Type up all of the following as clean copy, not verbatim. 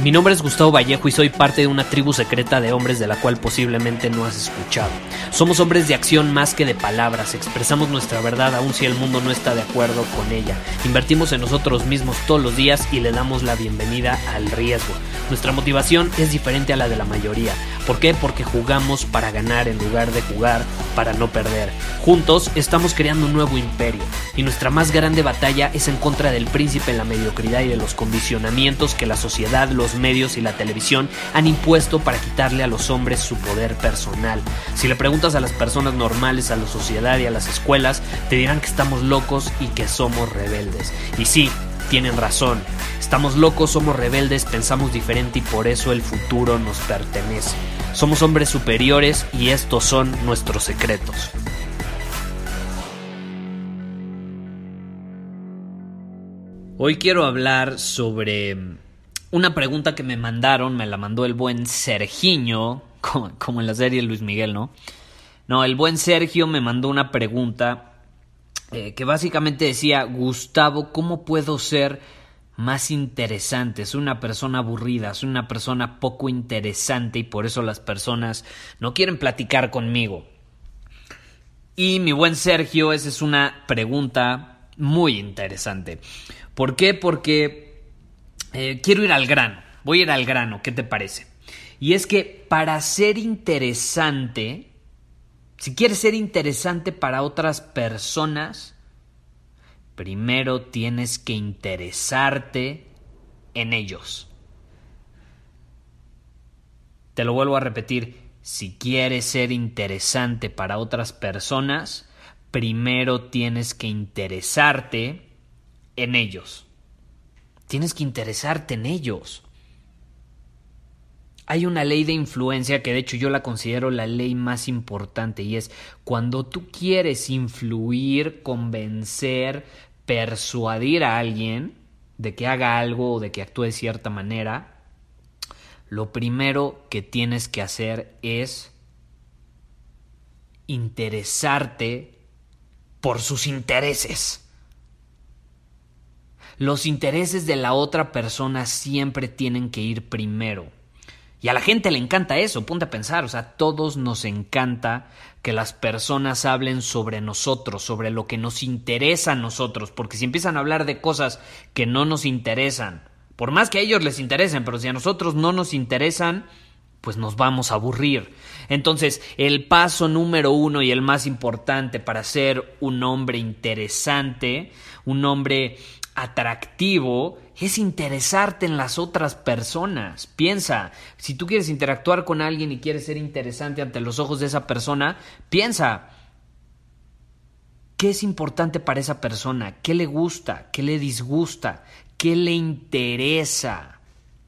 Mi nombre es Gustavo Vallejo y soy parte de una tribu secreta de hombres de la cual posiblemente no has escuchado. Somos hombres de acción más que de palabras, expresamos nuestra verdad aun si el mundo no está de acuerdo con ella. Invertimos en nosotros mismos todos los días y le damos la bienvenida al riesgo. Nuestra motivación es diferente a la de la mayoría. ¿Por qué? Porque jugamos para ganar en lugar de jugar para no perder. Juntos estamos creando un nuevo imperio y nuestra más grande batalla es en contra del príncipe en la mediocridad y de los condicionamientos que la sociedad, los medios y la televisión han impuesto para quitarle a los hombres su poder personal. Si le preguntas a las personas normales, a la sociedad y a las escuelas, te dirán que estamos locos y que somos rebeldes. Y sí, tienen razón. Estamos locos, somos rebeldes, pensamos diferente y por eso el futuro nos pertenece. Somos hombres superiores y estos son nuestros secretos. Hoy quiero hablar sobre una pregunta que me la mandó el buen Sergiño, como en la serie Luis Miguel, ¿no? No, el buen Sergio me mandó una pregunta que básicamente decía: Gustavo, ¿cómo puedo ser más interesante? Soy una persona aburrida, soy una persona poco interesante y por eso las personas no quieren platicar conmigo. Y mi buen Sergio, esa es una pregunta muy interesante. ¿Por qué? Porque quiero ir al grano, voy a ir al grano, ¿qué te parece? Y es que para ser interesante, si quieres ser interesante para otras personas, primero tienes que interesarte en ellos. Te lo vuelvo a repetir. Si quieres ser interesante para otras personas, primero tienes que interesarte en ellos. Tienes que interesarte en ellos. Hay una ley de influencia que de hecho yo la considero la ley más importante y es cuando tú quieres influir, convencer, persuadir a alguien de que haga algo o de que actúe de cierta manera, lo primero que tienes que hacer es interesarte por sus intereses. Los intereses de la otra persona siempre tienen que ir primero. Y a la gente le encanta eso, ponte a pensar, o sea, a todos nos encanta que las personas hablen sobre nosotros, sobre lo que nos interesa a nosotros, porque si empiezan a hablar de cosas que no nos interesan, por más que a ellos les interesen, pero si a nosotros no nos interesan, pues nos vamos a aburrir. Entonces, el paso número 1 y el más importante para ser un hombre interesante, un hombre atractivo, es interesarte en las otras personas. Piensa, si tú quieres interactuar con alguien y quieres ser interesante ante los ojos de esa persona, piensa, ¿qué es importante para esa persona? ¿Qué le gusta? ¿Qué le disgusta? ¿Qué le interesa?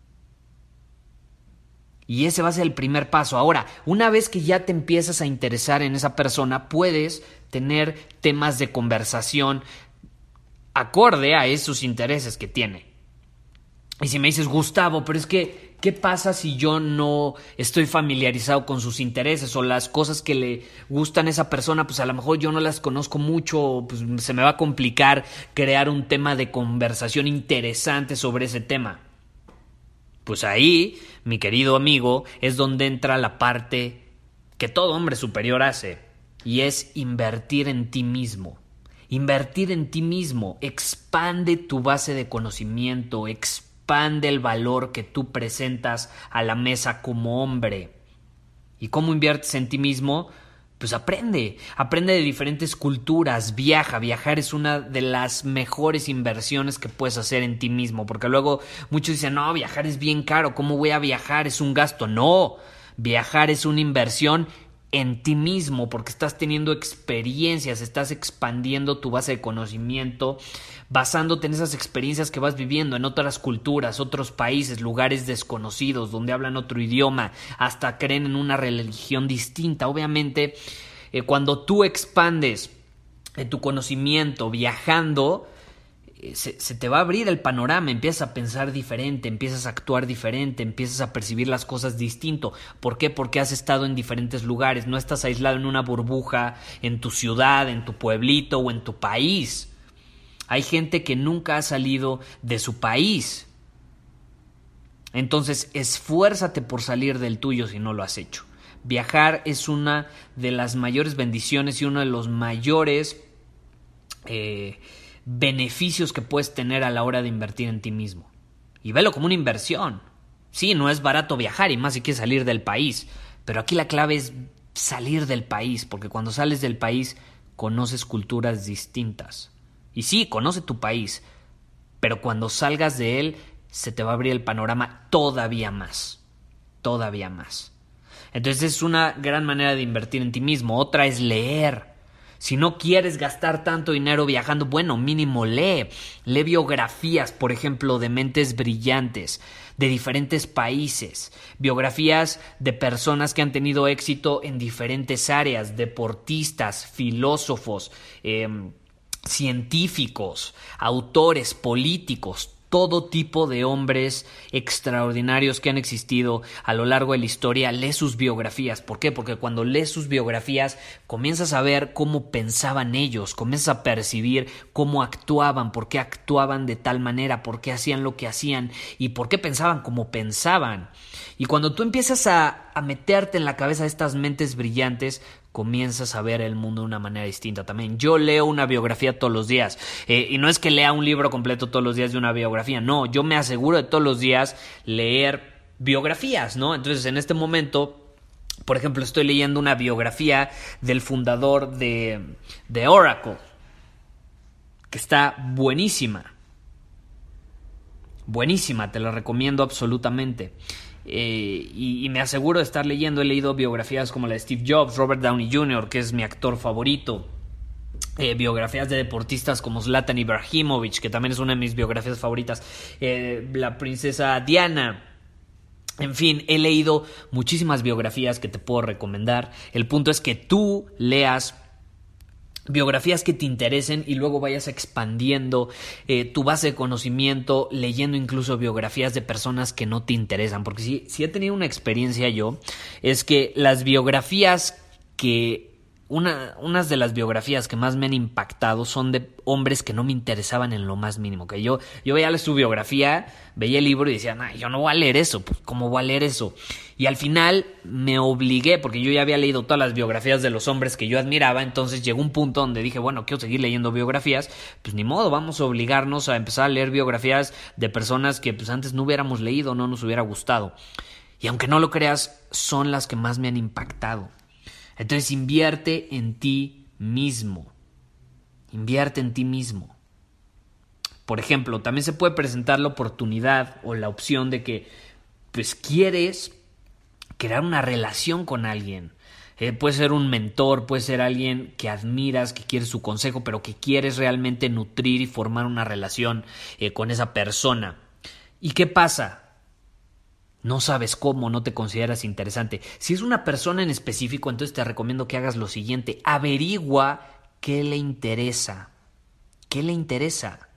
Y ese va a ser el primer paso. Ahora, una vez que ya te empiezas a interesar en esa persona, puedes tener temas de conversación acorde a esos intereses que tiene. Y si me dices, Gustavo, pero es que, ¿qué pasa si yo no estoy familiarizado con sus intereses o las cosas que le gustan a esa persona? Pues a lo mejor yo no las conozco mucho, pues se me va a complicar crear un tema de conversación interesante sobre ese tema. Pues ahí, mi querido amigo, es donde entra la parte que todo hombre superior hace, y es invertir en ti mismo. Invertir en ti mismo, expande tu base de conocimiento, expande el valor que tú presentas a la mesa como hombre. ¿Y cómo inviertes en ti mismo? Pues aprende de diferentes culturas, viajar es una de las mejores inversiones que puedes hacer en ti mismo, porque luego muchos dicen, no, viajar es bien caro, ¿cómo voy a viajar? Es un gasto. No, viajar es una inversión en ti mismo, porque estás teniendo experiencias, estás expandiendo tu base de conocimiento, basándote en esas experiencias que vas viviendo en otras culturas, otros países, lugares desconocidos, donde hablan otro idioma, hasta creen en una religión distinta. Obviamente, cuando tú expandes tu conocimiento viajando, se te va a abrir el panorama, empiezas a pensar diferente, empiezas a actuar diferente, empiezas a percibir las cosas distinto. ¿Por qué? Porque has estado en diferentes lugares, no estás aislado en una burbuja, en tu ciudad, en tu pueblito o en tu país. Hay gente que nunca ha salido de su país. Entonces, esfuérzate por salir del tuyo si no lo has hecho. Viajar es una de las mayores bendiciones y uno de los mayores beneficios que puedes tener a la hora de invertir en ti mismo. Y velo como una inversión. Sí, no es barato viajar y más si quieres salir del país. Pero aquí la clave es salir del país, porque cuando sales del país conoces culturas distintas. Y sí, conoce tu país, pero cuando salgas de él se te va a abrir el panorama todavía más. Todavía más. Entonces es una gran manera de invertir en ti mismo. Otra es leer. Si no quieres gastar tanto dinero viajando, bueno, mínimo lee. Lee biografías, por ejemplo, de mentes brillantes de diferentes países. Biografías de personas que han tenido éxito en diferentes áreas. Deportistas, filósofos, científicos, autores, políticos. Todo tipo de hombres extraordinarios que han existido a lo largo de la historia, lee sus biografías. ¿Por qué? Porque cuando lees sus biografías comienzas a ver cómo pensaban ellos, comienzas a percibir cómo actuaban, por qué actuaban de tal manera, por qué hacían lo que hacían y por qué pensaban como pensaban. Y cuando tú empiezas a meterte en la cabeza de estas mentes brillantes, comienzas a ver el mundo de una manera distinta también. Yo leo una biografía todos los días y no es que lea un libro completo todos los días de una biografía, no, yo me aseguro de todos los días leer biografías, ¿no? Entonces en este momento, por ejemplo, estoy leyendo una biografía del fundador de Oracle, que está buenísima, buenísima, te la recomiendo absolutamente. Y me aseguro de estar leyendo. He leído biografías como la de Steve Jobs, Robert Downey Jr., que es mi actor favorito, biografías de deportistas como Zlatan Ibrahimovic, que también es una de mis biografías favoritas, la princesa Diana. En fin, he leído muchísimas biografías que te puedo recomendar. El punto es que tú leas biografías que te interesen y luego vayas expandiendo tu base de conocimiento, leyendo incluso biografías de personas que no te interesan. Porque si he tenido una experiencia yo, es que las biografías unas de las biografías que más me han impactado son de hombres que no me interesaban en lo más mínimo. Que yo veía su biografía, veía el libro y decía, nah, yo no voy a leer eso, pues, ¿cómo voy a leer eso? Y al final me obligué, porque yo ya había leído todas las biografías de los hombres que yo admiraba. Entonces llegó un punto donde dije, bueno, quiero seguir leyendo biografías, pues ni modo, vamos a obligarnos a empezar a leer biografías de personas que pues antes no hubiéramos leído, no nos hubiera gustado. Y aunque no lo creas, son las que más me han impactado. Entonces invierte en ti mismo. Invierte en ti mismo. Por ejemplo, también se puede presentar la oportunidad o la opción de que pues quieres crear una relación con alguien. Puede ser un mentor, puede ser alguien que admiras, que quieres su consejo, pero que quieres realmente nutrir y formar una relación con esa persona. ¿Y qué pasa? No sabes cómo, no te consideras interesante. Si es una persona en específico, entonces te recomiendo que hagas lo siguiente. Averigua qué le interesa. ¿Qué le interesa?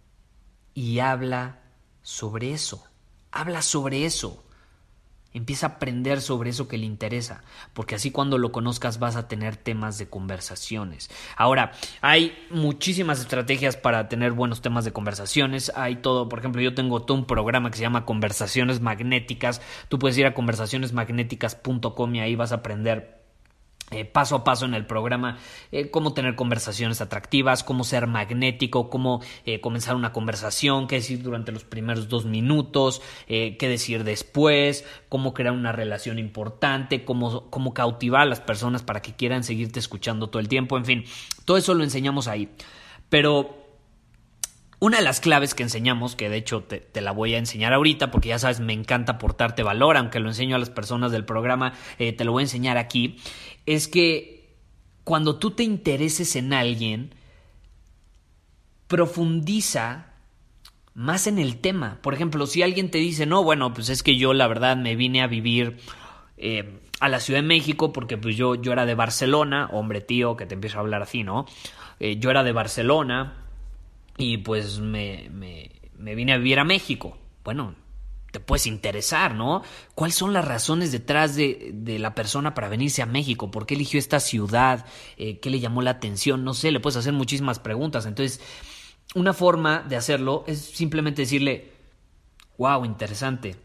Y habla sobre eso. Habla sobre eso. Empieza a aprender sobre eso que le interesa, porque así cuando lo conozcas vas a tener temas de conversaciones. Ahora, hay muchísimas estrategias para tener buenos temas de conversaciones. Hay todo, por ejemplo, yo tengo todo un programa que se llama Conversaciones Magnéticas. Tú puedes ir a conversacionesmagnéticas.com y ahí vas a aprender paso a paso en el programa cómo tener conversaciones atractivas, cómo ser magnético, cómo comenzar una conversación, qué decir durante los primeros 2 minutos, qué decir después, cómo crear una relación importante, cómo cautivar a las personas para que quieran seguirte escuchando todo el tiempo. En fin, todo eso lo enseñamos ahí. Pero una de las claves que enseñamos, que de hecho te la voy a enseñar ahorita, porque ya sabes, me encanta aportarte valor, aunque lo enseño a las personas del programa, te lo voy a enseñar aquí, es que cuando tú te intereses en alguien, profundiza más en el tema. Por ejemplo, si alguien te dice, no, bueno, pues es que yo la verdad me vine a vivir a la Ciudad de México porque pues yo era de Barcelona, hombre tío, que te empiezo a hablar así, ¿no? Yo era de Barcelona y pues me vine a vivir a México. Bueno, te puedes interesar, ¿no? ¿Cuáles son las razones detrás de la persona para venirse a México? ¿Por qué eligió esta ciudad? ¿Qué le llamó la atención? No sé, le puedes hacer muchísimas preguntas. Entonces, una forma de hacerlo es simplemente decirle, wow, interesante.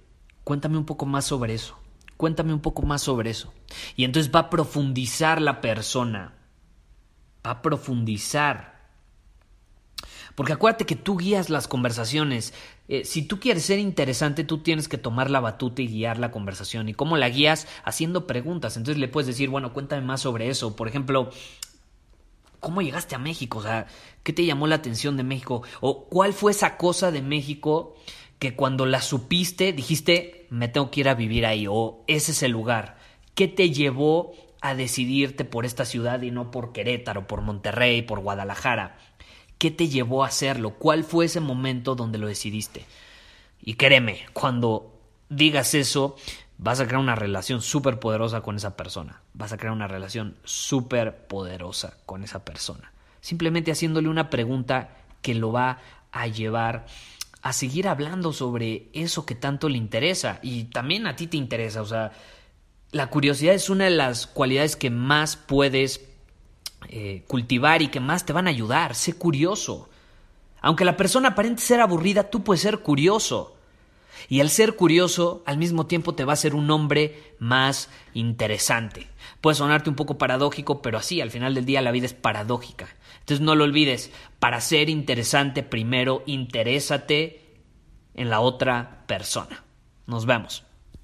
Cuéntame un poco más sobre eso. Cuéntame un poco más sobre eso. Y entonces va a profundizar la persona. Va a profundizar. Porque acuérdate que tú guías las conversaciones. Si tú quieres ser interesante, tú tienes que tomar la batuta y guiar la conversación. ¿Y cómo la guías? Haciendo preguntas. Entonces le puedes decir, bueno, cuéntame más sobre eso. Por ejemplo, ¿cómo llegaste a México? O sea, ¿qué te llamó la atención de México? ¿O cuál fue esa cosa de México que cuando la supiste dijiste, me tengo que ir a vivir ahí? O ese es el lugar. ¿Qué te llevó a decidirte por esta ciudad y no por Querétaro, por Monterrey, por Guadalajara? ¿Qué te llevó a hacerlo? ¿Cuál fue ese momento donde lo decidiste? Y créeme, cuando digas eso, vas a crear una relación súper poderosa con esa persona. Vas a crear una relación súper poderosa con esa persona. Simplemente haciéndole una pregunta que lo va a llevar a seguir hablando sobre eso que tanto le interesa. Y también a ti te interesa. O sea, la curiosidad es una de las cualidades que más puedes cultivar y que más te van a ayudar. Sé curioso. Aunque la persona aparente ser aburrida, tú puedes ser curioso. Y al ser curioso, al mismo tiempo te va a hacer un hombre más interesante. Puede sonarte un poco paradójico, pero así, al final del día la vida es paradójica. Entonces no lo olvides, para ser interesante, primero interésate en la otra persona. Nos vemos.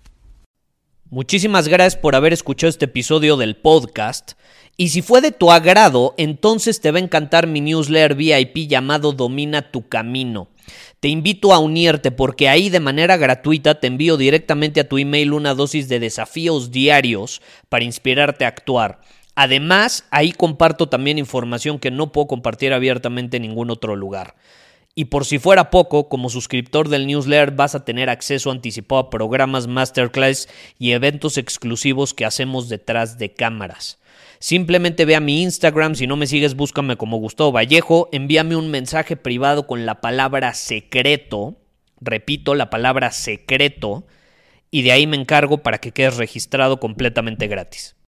Muchísimas gracias por haber escuchado este episodio del podcast. Y si fue de tu agrado, entonces te va a encantar mi newsletter VIP llamado Domina tu Camino. Te invito a unirte porque ahí de manera gratuita te envío directamente a tu email una dosis de desafíos diarios para inspirarte a actuar. Además, ahí comparto también información que no puedo compartir abiertamente en ningún otro lugar. Y por si fuera poco, como suscriptor del newsletter vas a tener acceso anticipado a programas, masterclass y eventos exclusivos que hacemos detrás de cámaras. Simplemente ve a mi Instagram, si no me sigues búscame como Gustavo Vallejo, envíame un mensaje privado con la palabra secreto, repito, la palabra secreto, y de ahí me encargo para que quedes registrado completamente gratis.